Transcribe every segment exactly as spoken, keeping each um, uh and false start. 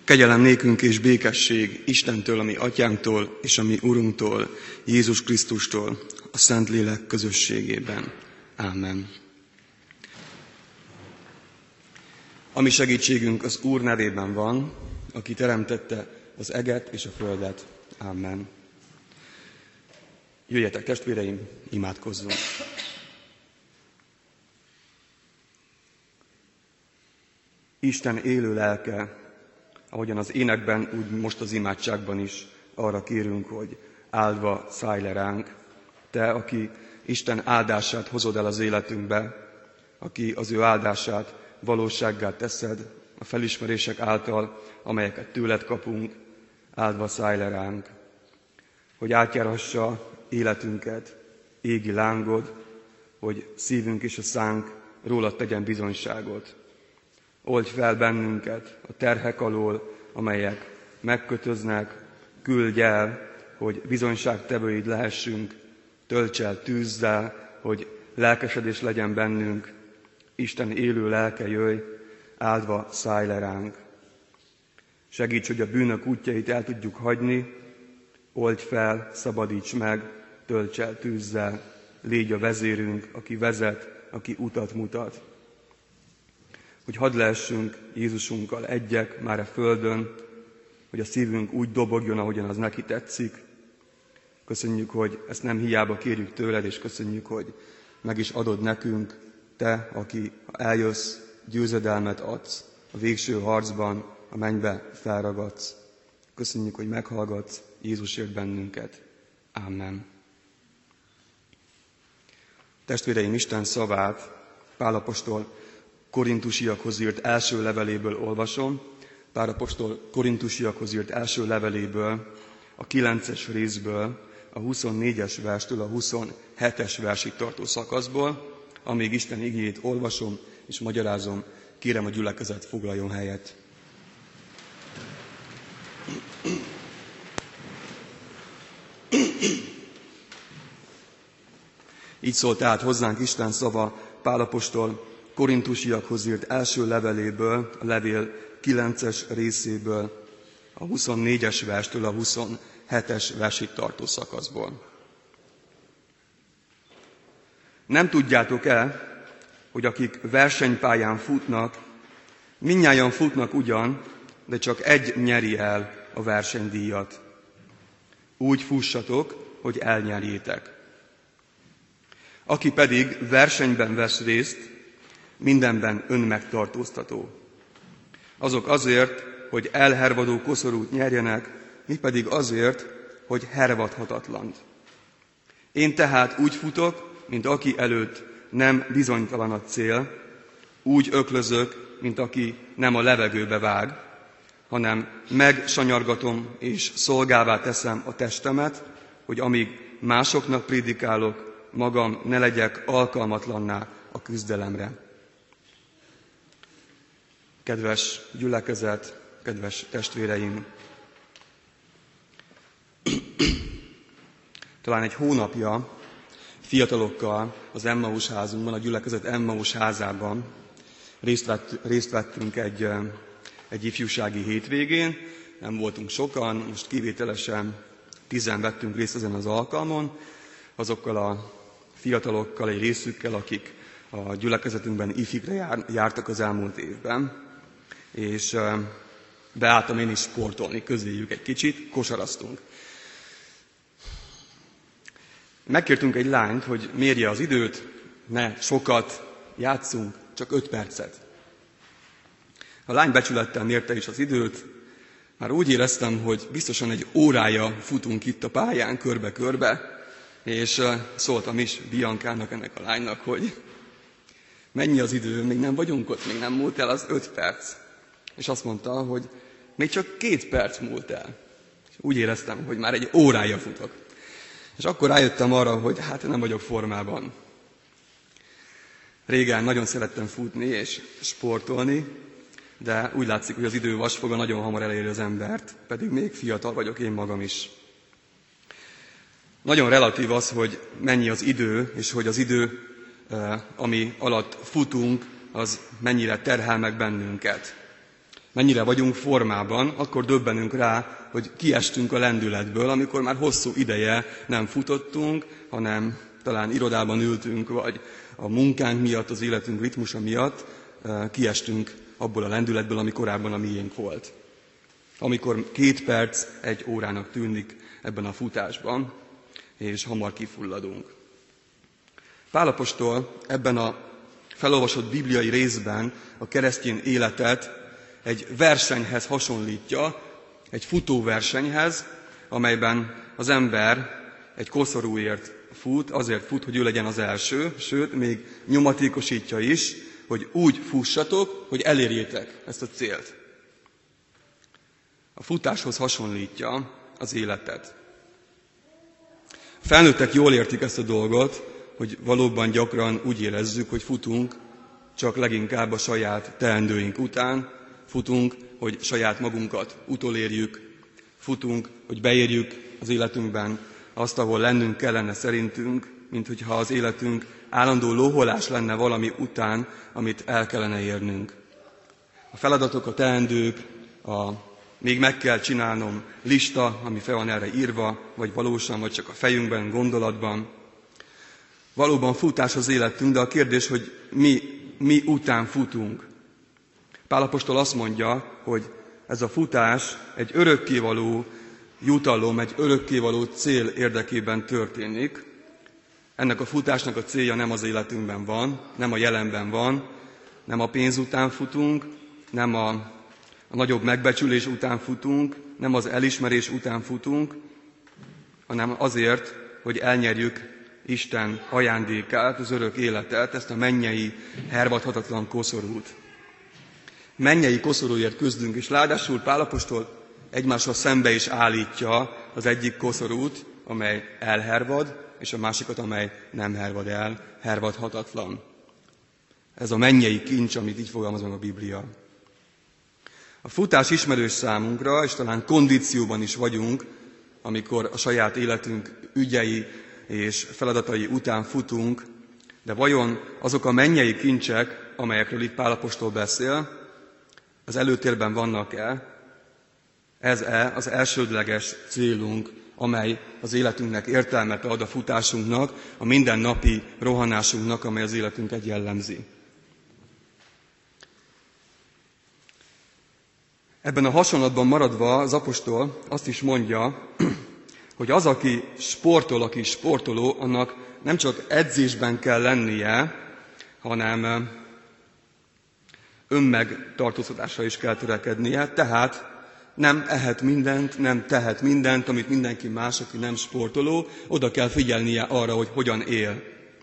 Kegyelem nékünk és békesség Istentől, a mi atyánktól, és a mi Urunktól, Jézus Krisztustól, a Szentlélek közösségében. Ámen. A mi segítségünk az Úr nevében van, aki teremtette az eget és a földet. Ámen. Jöjjetek, testvéreim, imádkozzunk! Isten élő lelke, ahogyan az énekben, úgy most az imádságban is arra kérünk, hogy áldva szállj le ránk. Te, aki Isten áldását hozod el az életünkbe, aki az ő áldását valósággá teszed a felismerések által, amelyeket tőled kapunk, áldva szállj le ránk, hogy átjárhassa életünket égi lángod, hogy szívünk és a szánk rólad tegyen bizonyságot. Oldj fel bennünket a terhek alól, amelyek megkötöznek, küldj el, hogy bizonyságtevőid lehessünk, tölts el tűzzel, hogy lelkesedés legyen bennünk. Isten élő lelke, jöjj, áldva szállj le ránk. Segíts, hogy a bűnök útjait el tudjuk hagyni, oldj fel, szabadíts meg, tölts el tűzzel, légy a vezérünk, aki vezet, aki utat mutat. Hogy hadd lehessünk Jézusunkkal egyek már a földön, hogy a szívünk úgy dobogjon, ahogyan az neki tetszik. Köszönjük, hogy ezt nem hiába kérjük tőled, és köszönjük, hogy meg is adod nekünk, te, aki eljössz, győzedelmet adsz, a végső harcban a mennybe felragadsz. Köszönjük, hogy meghallgatsz Jézusért bennünket. Ámen. Testvéreim, Isten szavát Pál apostol Korintusiakhoz írt első leveléből olvasom. Pál apostol Korintusiakhoz írt első leveléből, a kilences részből, a huszonnégyes verstől a huszonhetes versig tartó szakaszból. Amíg Isten igéjét olvasom és magyarázom, kérem, a gyülekezet foglaljon helyet. Így szólt tehát hozzánk Isten szava Pál apostol Korintusiakhoz írt első leveléből, a levél kilences részéből, a huszonnégyes verstől a huszonhetes versig tartó szakaszból. Nem tudjátok-e, hogy akik versenypályán futnak, mindnyájan futnak ugyan, de csak egy nyeri el a versenydíjat. Úgy fussatok, hogy elnyerjétek. Aki pedig versenyben vesz részt, mindenben önmegtartóztató. Azok azért, hogy elhervadó koszorút nyerjenek, mi pedig azért, hogy hervadhatatlant. Én tehát úgy futok, mint aki előtt nem bizonytalan a cél, úgy öklözök, mint aki nem a levegőbe vág, hanem megsanyargatom és szolgává teszem a testemet, hogy amíg másoknak prédikálok, magam ne legyek alkalmatlanná a küzdelemre. Kedves gyülekezet, kedves testvéreim! Talán egy hónapja fiatalokkal az Emmaus házunkban, a gyülekezet Emmaus házában részt, vett, részt vettünk egy, egy ifjúsági hétvégén. Nem voltunk sokan, most kivételesen tizen vettünk részt ezen az alkalmon, azokkal a fiatalokkal, egy részükkel, akik a gyülekezetünkben ifikre jár, jártak az elmúlt évben. És beálltam én is sportolni közéjük egy kicsit, kosaraztunk. Megkértünk egy lányt, hogy mérje az időt, ne sokat játszunk, csak öt percet. A lány becsülettel mérte is az időt, már úgy éreztem, hogy biztosan egy órája futunk itt a pályán körbe-körbe, és szóltam is Biankának, ennek a lánynak, hogy mennyi az idő, még nem vagyunk ott, még nem múlt el az öt perc. És azt mondta, hogy még csak két perc múlt el. És úgy éreztem, hogy már egy órája futok. És akkor rájöttem arra, hogy hát nem vagyok formában. Régen nagyon szerettem futni és sportolni, de úgy látszik, hogy az idő vasfoga nagyon hamar eléri az embert, pedig még fiatal vagyok én magam is. Nagyon relatív az, hogy mennyi az idő, és hogy az idő, ami alatt futunk, az mennyire terhel meg bennünket. mennyire vagyunk formában, akkor döbbenünk rá, hogy kiestünk a lendületből, amikor már hosszú ideje nem futottunk, hanem talán irodában ültünk, vagy a munkánk miatt, az életünk ritmusa miatt kiestünk abból a lendületből, ami korábban a miénk volt. Amikor két perc egy órának tűnik ebben a futásban, és hamar kifulladunk. Pál apostol ebben a felolvasott bibliai részben a keresztény életet egy versenyhez hasonlítja, egy futóversenyhez, amelyben az ember egy koszorúért fut, azért fut, hogy ő legyen az első, sőt, még nyomatékosítja is, hogy úgy fussatok, hogy elérjétek ezt a célt. A futáshoz hasonlítja az életet. A felnőttek jól értik ezt a dolgot, hogy valóban gyakran úgy érezzük, hogy futunk, csak leginkább a saját teendőink után, futunk, hogy saját magunkat utolérjük, futunk, hogy beérjük az életünkben azt, ahol lennünk kellene szerintünk, mint hogyha az életünk állandó lóholás lenne valami után, amit el kellene érnünk. A feladatok, a teendők, a még meg kell csinálnom lista, ami fel van erre írva, vagy valósan, vagy csak a fejünkben, gondolatban. Valóban futás az életünk, de a kérdés, hogy mi, mi után futunk. Pál apostol azt mondja, hogy ez a futás egy örökkévaló jutalom, egy örökkévaló cél érdekében történik. Ennek a futásnak a célja nem az életünkben van, nem a jelenben van, nem a pénz után futunk, nem a, a nagyobb megbecsülés után futunk, nem az elismerés után futunk, hanem azért, hogy elnyerjük Isten ajándékát, az örök életet, ezt a mennyei, hervadhatatlan koszorút. Mennyei koszorúért küzdünk, és ráadásul Pál apostol egymással szembe is állítja az egyik koszorút, amely elhervad, és a másikat, amely nem hervad el, hervadhatatlan. Ez a mennyei kincs, amit így fogalmaz meg a Biblia. A futás ismerős számunkra, és talán kondícióban is vagyunk, amikor a saját életünk ügyei és feladatai után futunk, de vajon azok a mennyei kincsek, amelyekről itt Pál apostol beszél, az előtérben vannak-e? Ez-e az elsődleges célunk, amely az életünknek értelmet ad, a futásunknak, a mindennapi rohanásunknak, amely az életünket jellemzi. Ebben a hasonlatban maradva az apostol azt is mondja, hogy az, aki sportol, aki sportoló, annak nem csak edzésben kell lennie, hanem önmegtartóztatásra is kell törekednie, tehát nem ehet mindent, nem tehet mindent, amit mindenki más, aki nem sportoló, oda kell figyelnie arra, hogy hogyan él.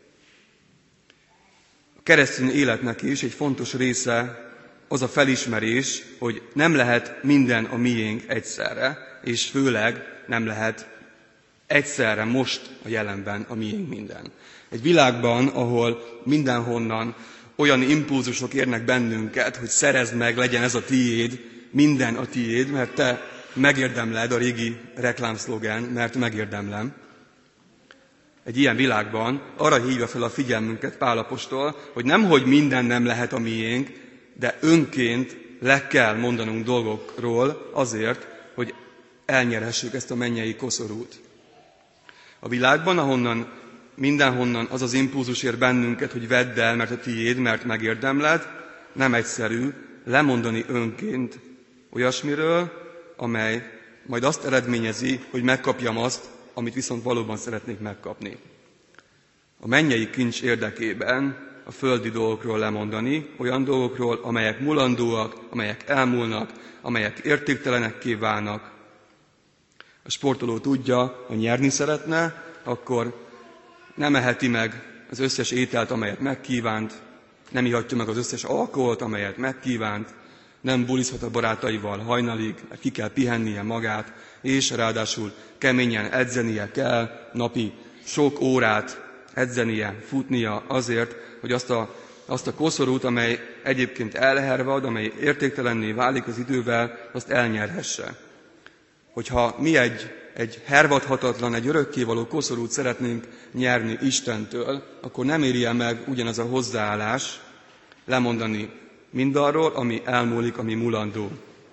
A keresztény életnek is egy fontos része az a felismerés, hogy nem lehet minden a miénk egyszerre, és főleg nem lehet egyszerre most a jelenben a miénk minden. Egy világban, ahol mindenhonnan olyan impulzusok érnek bennünket, hogy szerezd meg, legyen ez a tiéd, minden a tiéd, mert te megérdemled, a régi reklámszlogen, mert megérdemlem. Egy ilyen világban arra hívja fel a figyelmünket Pál apostol, hogy nemhogy minden nem lehet a miénk, de önként le kell mondanunk dolgokról azért, hogy elnyerhessük ezt a mennyei koszorút. A világban, ahonnan mindenhonnan az az impulzus ér bennünket, hogy vedd el, mert a tiéd, mert megérdemled, nem egyszerű lemondani önként olyasmiről, amely majd azt eredményezi, hogy megkapjam azt, amit viszont valóban szeretnék megkapni. A mennyei kincs érdekében a földi dolgokról lemondani, olyan dolgokról, amelyek mulandóak, amelyek elmúlnak, amelyek értéktelenekké válnak. A sportoló tudja, ha nyerni szeretne, akkor nem eheti meg az összes ételt, amelyet megkívánt, nem ihatja meg az összes alkoholt, amelyet megkívánt, nem bulizhat a barátaival hajnalig, mert ki kell pihennie magát, és ráadásul keményen edzenie kell, napi sok órát edzenie, futnia azért, hogy azt a, azt a koszorút, amely egyébként elhervad, amely értéktelenné válik az idővel, azt elnyerhesse. Hogyha mi egy, egy hervadhatatlan, egy örökkévaló koszorút szeretnénk nyerni Istentől, akkor nem éri el meg ugyanaz a hozzáállás lemondani mindarról, ami elmúlik, ami mulandó.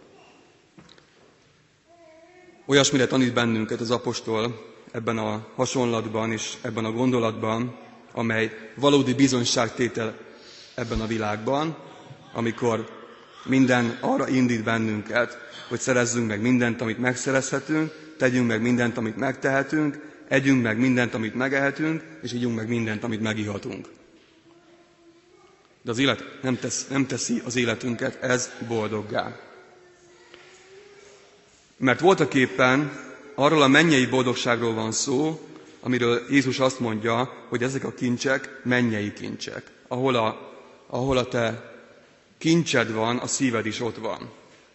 Olyasmire tanít bennünket az apostol ebben a hasonlatban és ebben a gondolatban, amely valódi bizonyságtétel ebben a világban, amikor minden arra indít bennünket, hogy szerezzünk meg mindent, amit megszerezhetünk, tegyünk meg mindent, amit megtehetünk, együnk meg mindent, amit megehetünk, és ígyunk meg mindent, amit megihatunk. De az élet nem, tesz, nem teszi az életünket ez boldoggá. Mert voltaképpen arról a mennyei boldogságról van szó, amiről Jézus azt mondja, hogy ezek a kincsek mennyei kincsek. Ahol a, ahol a te kincsed van, a szíved is ott van.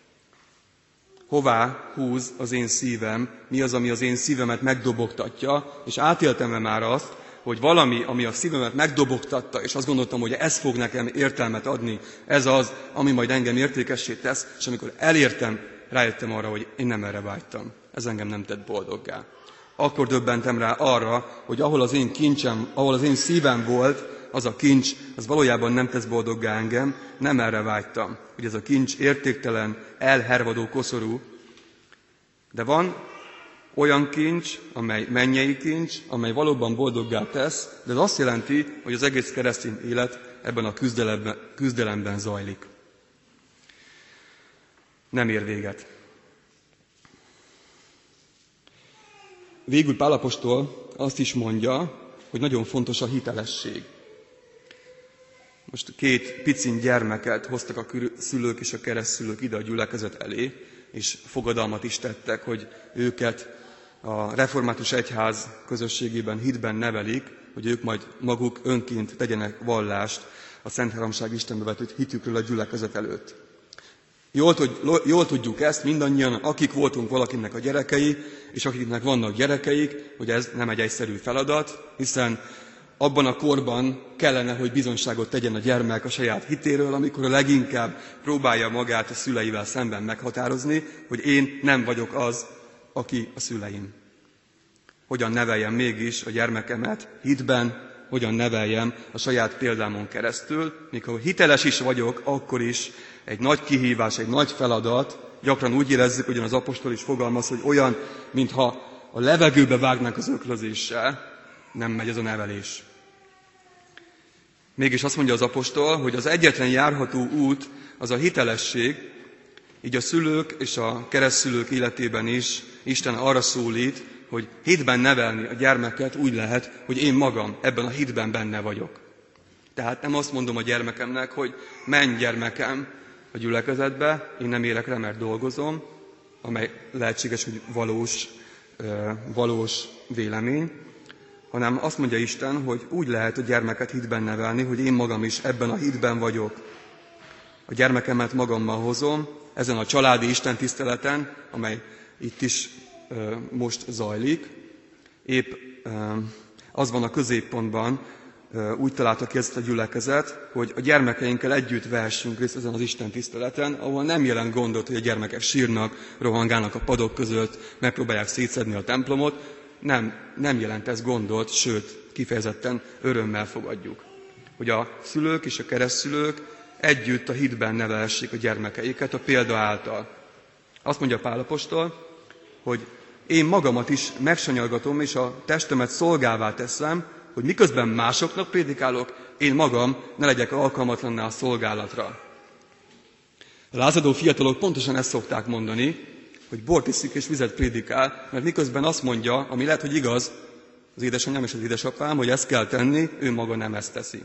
Hová húz az én szívem, mi az, ami az én szívemet megdobogtatja, és átéltem-e már azt, hogy valami, ami a szívemet megdobogtatta, és azt gondoltam, hogy ez fog nekem értelmet adni, ez az, ami majd engem értékessé tesz, és amikor elértem, rájöttem arra, hogy én nem erre vágytam. Ez engem nem tett boldoggá. Akkor döbbentem rá arra, hogy ahol az én kincsem, ahol az én szívem volt, az a kincs, az valójában nem tesz boldoggá engem, nem erre vágytam. Hogy ez a kincs értéktelen, elhervadó koszorú, de van olyan kincs, amely mennyei kincs, amely valóban boldoggá tesz, de ez azt jelenti, hogy az egész keresztény élet ebben a küzdelemben, küzdelemben zajlik. Nem ér véget. Végül Pál apostol azt is mondja, hogy nagyon fontos a hitelesség. Most két picin gyermeket hoztak a szülők és a keresztszülők ide a gyülekezet elé, és fogadalmat is tettek, hogy őket a református egyház közösségében, hitben nevelik, hogy ők majd maguk önként tegyenek vallást a Szent Háromság Istenbe vetett hitükről a gyülekezet előtt. Jól, jól tudjuk ezt mindannyian, akik voltunk valakinek a gyerekei, és akiknek vannak gyerekeik, hogy ez nem egy egyszerű feladat, hiszen abban a korban kellene, hogy bizonyságot tegyen a gyermek a saját hitéről, amikor a leginkább próbálja magát a szüleivel szemben meghatározni, hogy én nem vagyok az, aki a szüleim. Hogyan neveljem mégis a gyermekemet hitben, hogyan neveljem a saját példámon keresztül, mikor hiteles is vagyok, akkor is egy nagy kihívás, egy nagy feladat, gyakran úgy érezzük, ugyan az apostol is fogalmaz, hogy olyan, mintha a levegőbe vágnánk az öklözéssel, nem megy ez a nevelés. Mégis azt mondja az apostol, hogy az egyetlen járható út az a hitelesség, így a szülők és a keresztszülők életében is Isten arra szólít, hogy hitben nevelni a gyermeket úgy lehet, hogy én magam ebben a hitben benne vagyok. Tehát nem azt mondom a gyermekemnek, hogy menj gyermekem a gyülekezetbe, én nem érek rá, mert dolgozom, amely lehetséges, hogy valós, valós vélemény, hanem azt mondja Isten, hogy úgy lehet a gyermeket hitben nevelni, hogy én magam is ebben a hitben vagyok. A gyermekemet magammal hozom, ezen a családi istentiszteleten, amely itt is ö, most zajlik. Épp ö, az van a középpontban, ö, úgy találta ki ezt a gyülekezet, hogy a gyermekeinkkel együtt vehessünk részt ezen az istentiszteleten, ahol nem jelent gondot, hogy a gyermekek sírnak, rohangálnak a padok között, megpróbálják szétszedni a templomot. Nem, nem jelent ez gondot, sőt, kifejezetten örömmel fogadjuk. Hogy a szülők és a keresztszülők együtt a hitben nevelhessék a gyermekeiket a példa által. Azt mondja Pál apostol, hogy én magamat is megsanyargatom, és a testemet szolgává teszem, hogy miközben másoknak prédikálok, én magam ne legyek alkalmatlanná a szolgálatra. A lázadó fiatalok pontosan ezt szokták mondani, hogy bort iszik és vizet prédikál, mert miközben azt mondja, ami lehet, hogy igaz, az édesanyám és az édesapám, hogy ezt kell tenni, ő maga nem ezt teszi.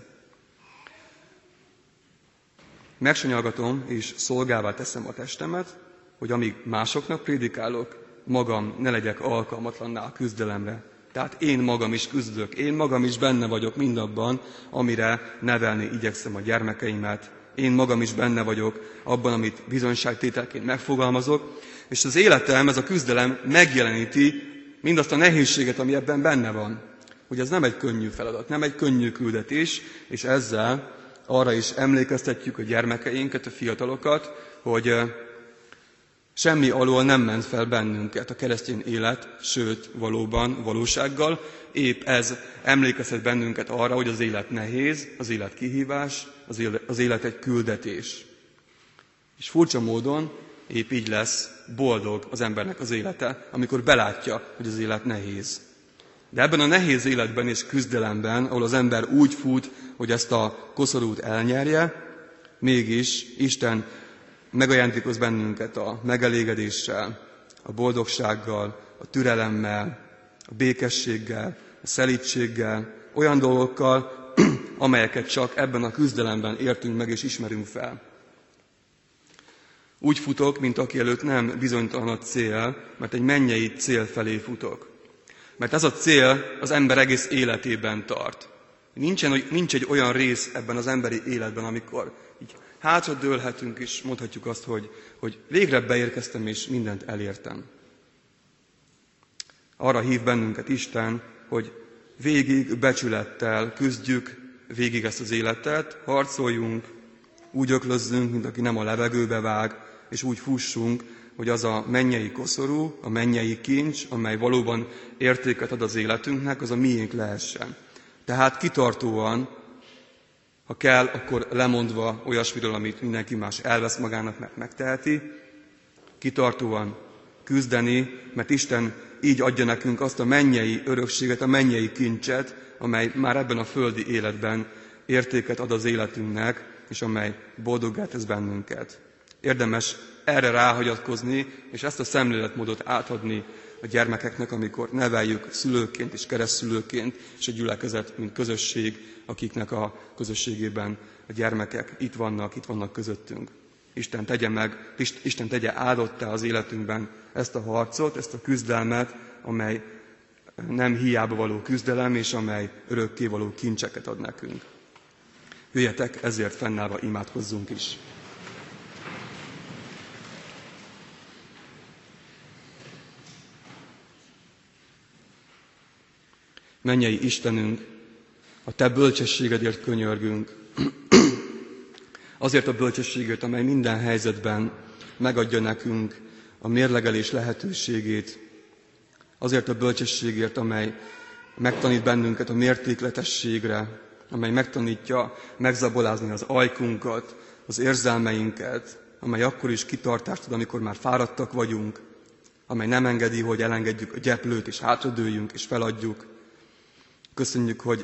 Megsanyargatom és szolgává teszem a testemet, hogy amíg másoknak prédikálok, magam ne legyek alkalmatlanná a küzdelemre. Tehát én magam is küzdök, én magam is benne vagyok mindabban, amire nevelni igyekszem a gyermekeimet. Én magam is benne vagyok abban, amit bizonyságtételként megfogalmazok, és az életem, ez a küzdelem megjeleníti mindazt a nehézséget, ami ebben benne van. Hogy ez nem egy könnyű feladat, nem egy könnyű küldetés, és ezzel arra is emlékeztetjük a gyermekeinket, a fiatalokat, hogy Semmi alól nem ment fel bennünket a keresztény élet, sőt, valóban, valósággal. Épp ez emlékeztet bennünket arra, hogy az élet nehéz, az élet kihívás, az élet, az élet egy küldetés. És furcsa módon épp így lesz boldog az embernek az élete, amikor belátja, hogy az élet nehéz. De ebben a nehéz életben és küzdelemben, ahol az ember úgy fut, hogy ezt a koszorút elnyerje, mégis Isten megajándékoz bennünket a megelégedéssel, a boldogsággal, a türelemmel, a békességgel, a szelídséggel, olyan dolgokkal, amelyeket csak ebben a küzdelemben értünk meg és ismerünk fel. Úgy futok, mint aki előtt nem bizonytalan a cél, mert egy mennyei cél felé futok. Mert ez a cél az ember egész életében tart. Nincsen, nincs egy olyan rész ebben az emberi életben, amikor így hátradőlhetünk és mondhatjuk azt, hogy, hogy végre beérkeztem és mindent elértem. Arra hív bennünket Isten, hogy végig becsülettel küzdjük végig ezt az életet, harcoljunk, úgy öklözzünk, mint aki nem a levegőbe vág, és úgy fussunk, hogy az a mennyei koszorú, a mennyei kincs, amely valóban értéket ad az életünknek, az a miénk lehessen. Tehát kitartóan, ha kell, akkor lemondva olyasmiről, amit mindenki más elvesz magának, mert megteheti, kitartóan küzdeni, mert Isten így adja nekünk azt a mennyei örökséget, a mennyei kincset, amely már ebben a földi életben értéket ad az életünknek, és amely boldoggá tesz bennünket. Érdemes erre ráhagyatkozni, és ezt a szemléletmódot átadni a gyermekeknek, amikor neveljük szülőként és keresztszülőként, és a gyülekezet, mint közösség, akiknek a közösségében a gyermekek itt vannak, itt vannak közöttünk. Isten tegye meg, Isten tegye áldottá az életünkben ezt a harcot, ezt a küzdelmet, amely nem hiába való küzdelem, és amely örökké való kincseket ad nekünk. Jöjjetek, ezért fennállva imádkozzunk is. Mennyei Istenünk, a Te bölcsességedért könyörgünk, azért a bölcsességért, amely minden helyzetben megadja nekünk a mérlegelés lehetőségét, azért a bölcsességért, amely megtanít bennünket a mértékletességre, amely megtanítja megzabolázni az ajkunkat, az érzelmeinket, amely akkor is kitartást ad, amikor már fáradtak vagyunk, amely nem engedi, hogy elengedjük a gyeplőt, és hátradőljünk, és feladjuk. Köszönjük, hogy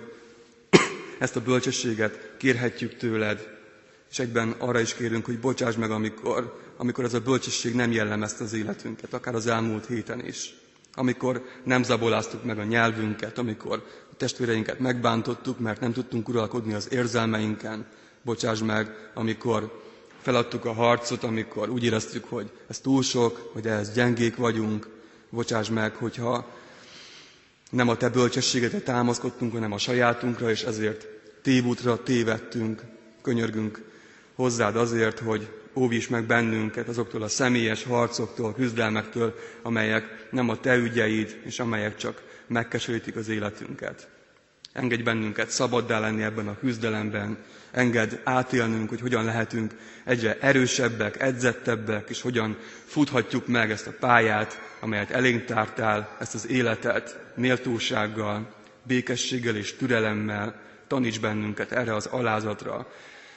ezt a bölcsességet kérhetjük tőled, és egyben arra is kérünk, hogy bocsáss meg, amikor, amikor ez a bölcsesség nem jellemezte az életünket, akár az elmúlt héten is. Amikor nem zaboláztuk meg a nyelvünket, amikor a testvéreinket megbántottuk, mert nem tudtunk uralkodni az érzelmeinken. Bocsáss meg, amikor feladtuk a harcot, amikor úgy éreztük, hogy ez túl sok, hogy ehhez gyengék vagyunk. Bocsáss meg, hogyha nem a Te bölcsességedre támaszkodtunk, hanem a sajátunkra, és ezért tévútra tévedtünk. Könyörgünk hozzád azért, hogy óvíts meg bennünket azoktól a személyes harcoktól, küzdelmektől, amelyek nem a Te ügyeid, és amelyek csak megkeserítik az életünket. Engedj bennünket szabaddá lenni ebben a küzdelemben, engedd átélnünk, hogy hogyan lehetünk egyre erősebbek, edzettebbek, és hogyan futhatjuk meg ezt a pályát, amelyet elénk tártál, ezt az életet méltósággal, békességgel és türelemmel. Taníts bennünket erre az alázatra.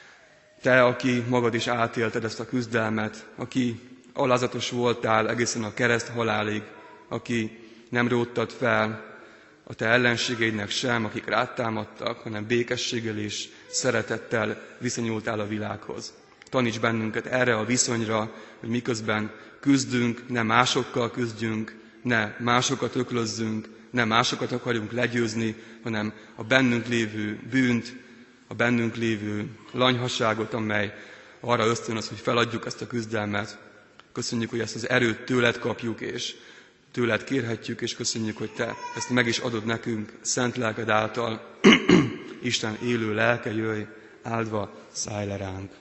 Te, aki magad is átélted ezt a küzdelmet, aki alázatos voltál egészen a kereszt halálig, aki nem róttad fel a te ellenségeidnek sem, akik rád támadtak, hanem békességgel és szeretettel viszonyultál a világhoz. Taníts bennünket erre a viszonyra, hogy miközben küzdünk, ne másokkal küzdjünk, ne másokat öklözzünk, ne másokat akarjunk legyőzni, hanem a bennünk lévő bűnt, a bennünk lévő lanyhasságot, amely arra ösztönöz, hogy feladjuk ezt a küzdelmet. Köszönjük, hogy ezt az erőt tőled kapjuk, és tőled kérhetjük, és köszönjük, hogy Te ezt meg is adod nekünk szent lelked által. Isten élő lelke, jöjj, áldva szállj le ránk.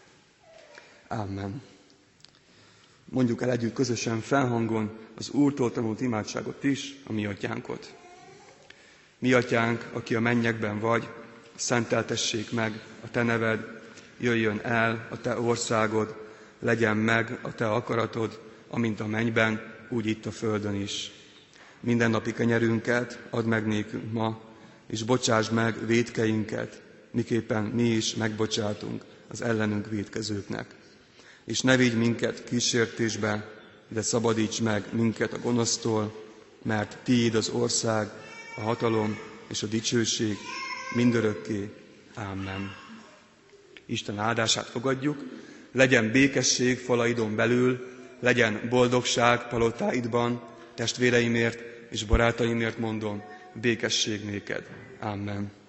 Amen. Mondjuk el együtt közösen felhangon az Úrtól tanult imádságot is, a mi atyánkot. Mi atyánk, aki a mennyekben vagy, szenteltessék meg a Te neved, jöjjön el a Te országod, legyen meg a Te akaratod, amint a mennyben, úgy itt a földön is. Mindennapi kenyerünket add meg nékünk ma, és bocsásd meg vétkeinket, miképpen mi is megbocsátunk az ellenünk vétkezőknek. És ne vigy minket kísértésbe, de szabadíts meg minket a gonosztól, mert tiéd az ország, a hatalom és a dicsőség mindörökké. Amen. Isten áldását fogadjuk, legyen békesség falaidon belül, legyen boldogság palotáidban, testvéreimért és barátaimért mondom, békesség néked. Amen.